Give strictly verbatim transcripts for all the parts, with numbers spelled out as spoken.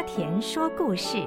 田说故事。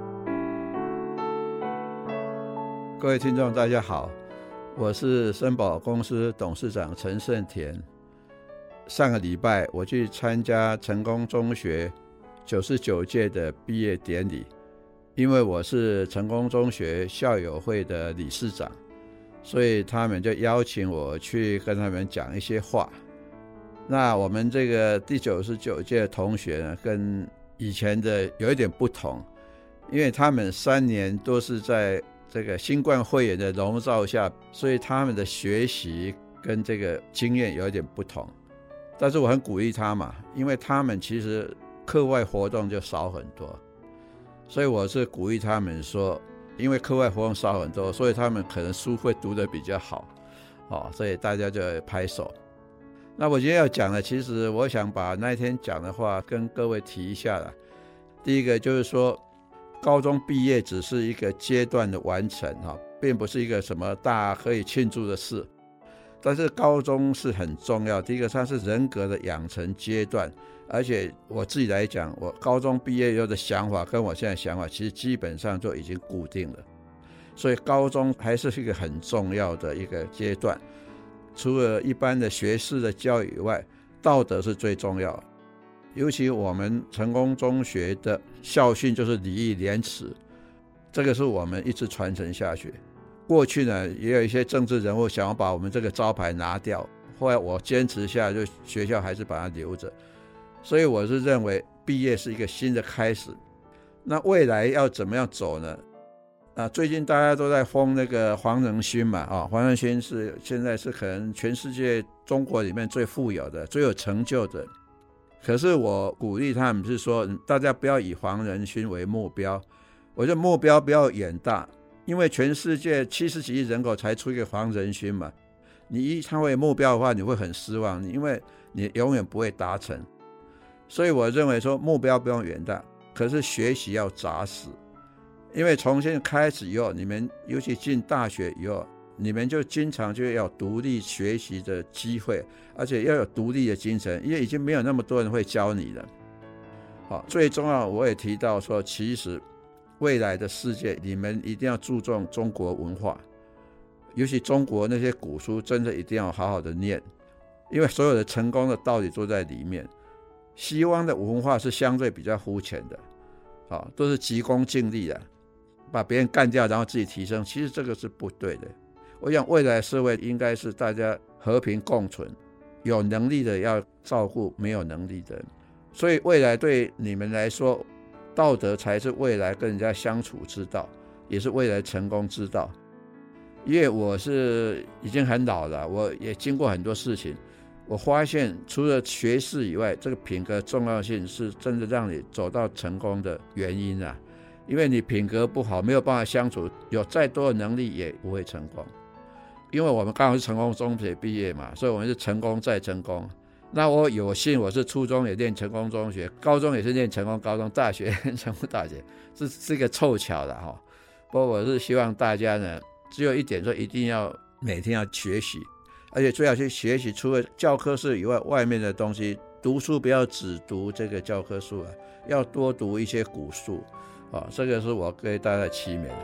各位听众大家好，我是森宝公司董事长陈胜田。上个礼拜我去参加成功中学九十九届的毕业典礼，因为我是成功中学校友会的理事长，所以他们就邀请我去跟他们讲一些话。那我们这个第九十九届的同学呢，跟以前的有一点不同，因为他们三年都是在这个新冠肺炎的笼罩下，所以他们的学习跟这个经验有一点不同。但是我很鼓励他嘛，因为他们其实课外活动就少很多，所以我是鼓励他们说，因为课外活动少很多，所以他们可能书会读得比较好，哦，所以大家就拍手。那我今天要讲的，其实我想把那天讲的话跟各位提一下啦。第一个就是说，高中毕业只是一个阶段的完成，并不是一个什么大可以庆祝的事。但是高中是很重要，第一个它是人格的养成阶段，而且我自己来讲，我高中毕业以后的想法跟我现在想法其实基本上就已经固定了，所以高中还是一个很重要的一个阶段。除了一般的学士的教育以外，道德是最重要的。尤其我们成功中学的校训就是礼义廉耻，这个是我们一直传承下去。过去呢，也有一些政治人物想要把我们这个招牌拿掉，后来我坚持下来，就学校还是把它留着。所以我是认为毕业是一个新的开始。那未来要怎么样走呢？啊，最近大家都在封那个黄仁勋嘛，啊，黄仁勋是现在是可能全世界中国里面最富有的、最有成就的。可是我鼓励他们是说，大家不要以黄仁勋为目标，我觉得目标不要远大，因为全世界七十几亿人口才出一个黄仁勋嘛，你以他为目标的话，你会很失望，因为你永远不会达成。所以我认为说，目标不用远大，可是学习要扎实。因为从现在开始以后，你们尤其进大学以后，你们就经常就要独立学习的机会，而且要有独立的精神，因为已经没有那么多人会教你了。好，最重要我也提到说，其实未来的世界你们一定要注重中国文化，尤其中国那些古书真的一定要好好的念，因为所有的成功的道理都在里面。西方的文化是相对比较肤浅的，好，都是急功近利的，把别人干掉然后自己提升，其实这个是不对的。我想未来社会应该是大家和平共存，有能力的要照顾没有能力的人。所以未来对你们来说，道德才是未来跟人家相处之道，也是未来成功之道。因为我是已经很老了，我也经过很多事情，我发现除了学识以外，这个品格重要性是真的让你走到成功的原因啊。因为你品格不好，没有办法相处，有再多的能力也不会成功。因为我们刚好是成功中学毕业嘛，所以我们是成功再成功。那我有幸我是初中也念成功中学，高中也是念成功高中，大学念成功大学，这是一个凑巧的哈。不过我是希望大家呢，只有一点说，一定要每天要学习，而且最好去学习除了教科书以外外面的东西。读书不要只读这个教科书啊，要多读一些古书。哦，这个是我给大家的期勉。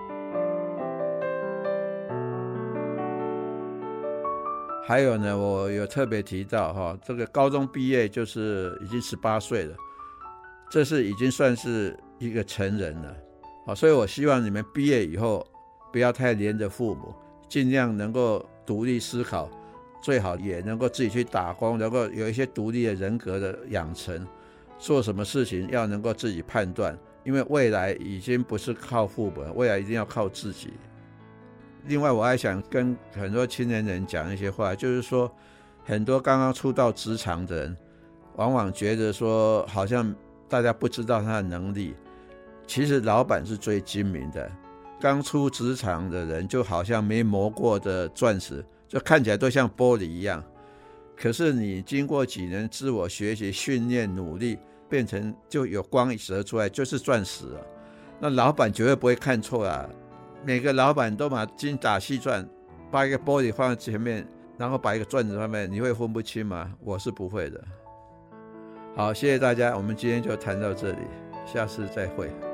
还有呢，我有特别提到哈，这个高中毕业就是已经十八岁了，这是已经算是一个成人了。好，所以我希望你们毕业以后不要太黏着父母，尽量能够独立思考，最好也能够自己去打工，能够有一些独立的人格的养成，做什么事情要能够自己判断。因为未来已经不是靠父母，未来一定要靠自己。另外我还想跟很多青年人讲一些话，就是说很多刚刚出道职场的人往往觉得说好像大家不知道他的能力，其实老板是最精明的。刚出职场的人就好像没磨过的钻石，就看起来都像玻璃一样，可是你经过几年自我学习训练努力，变成就有光折出来，就是钻石了。那老板绝对不会看错啊！每个老板都把精打细算，把一个玻璃放在前面，然后把一个钻子放在前面，你会分不清吗？我是不会的。好，谢谢大家，我们今天就谈到这里。 下次再会。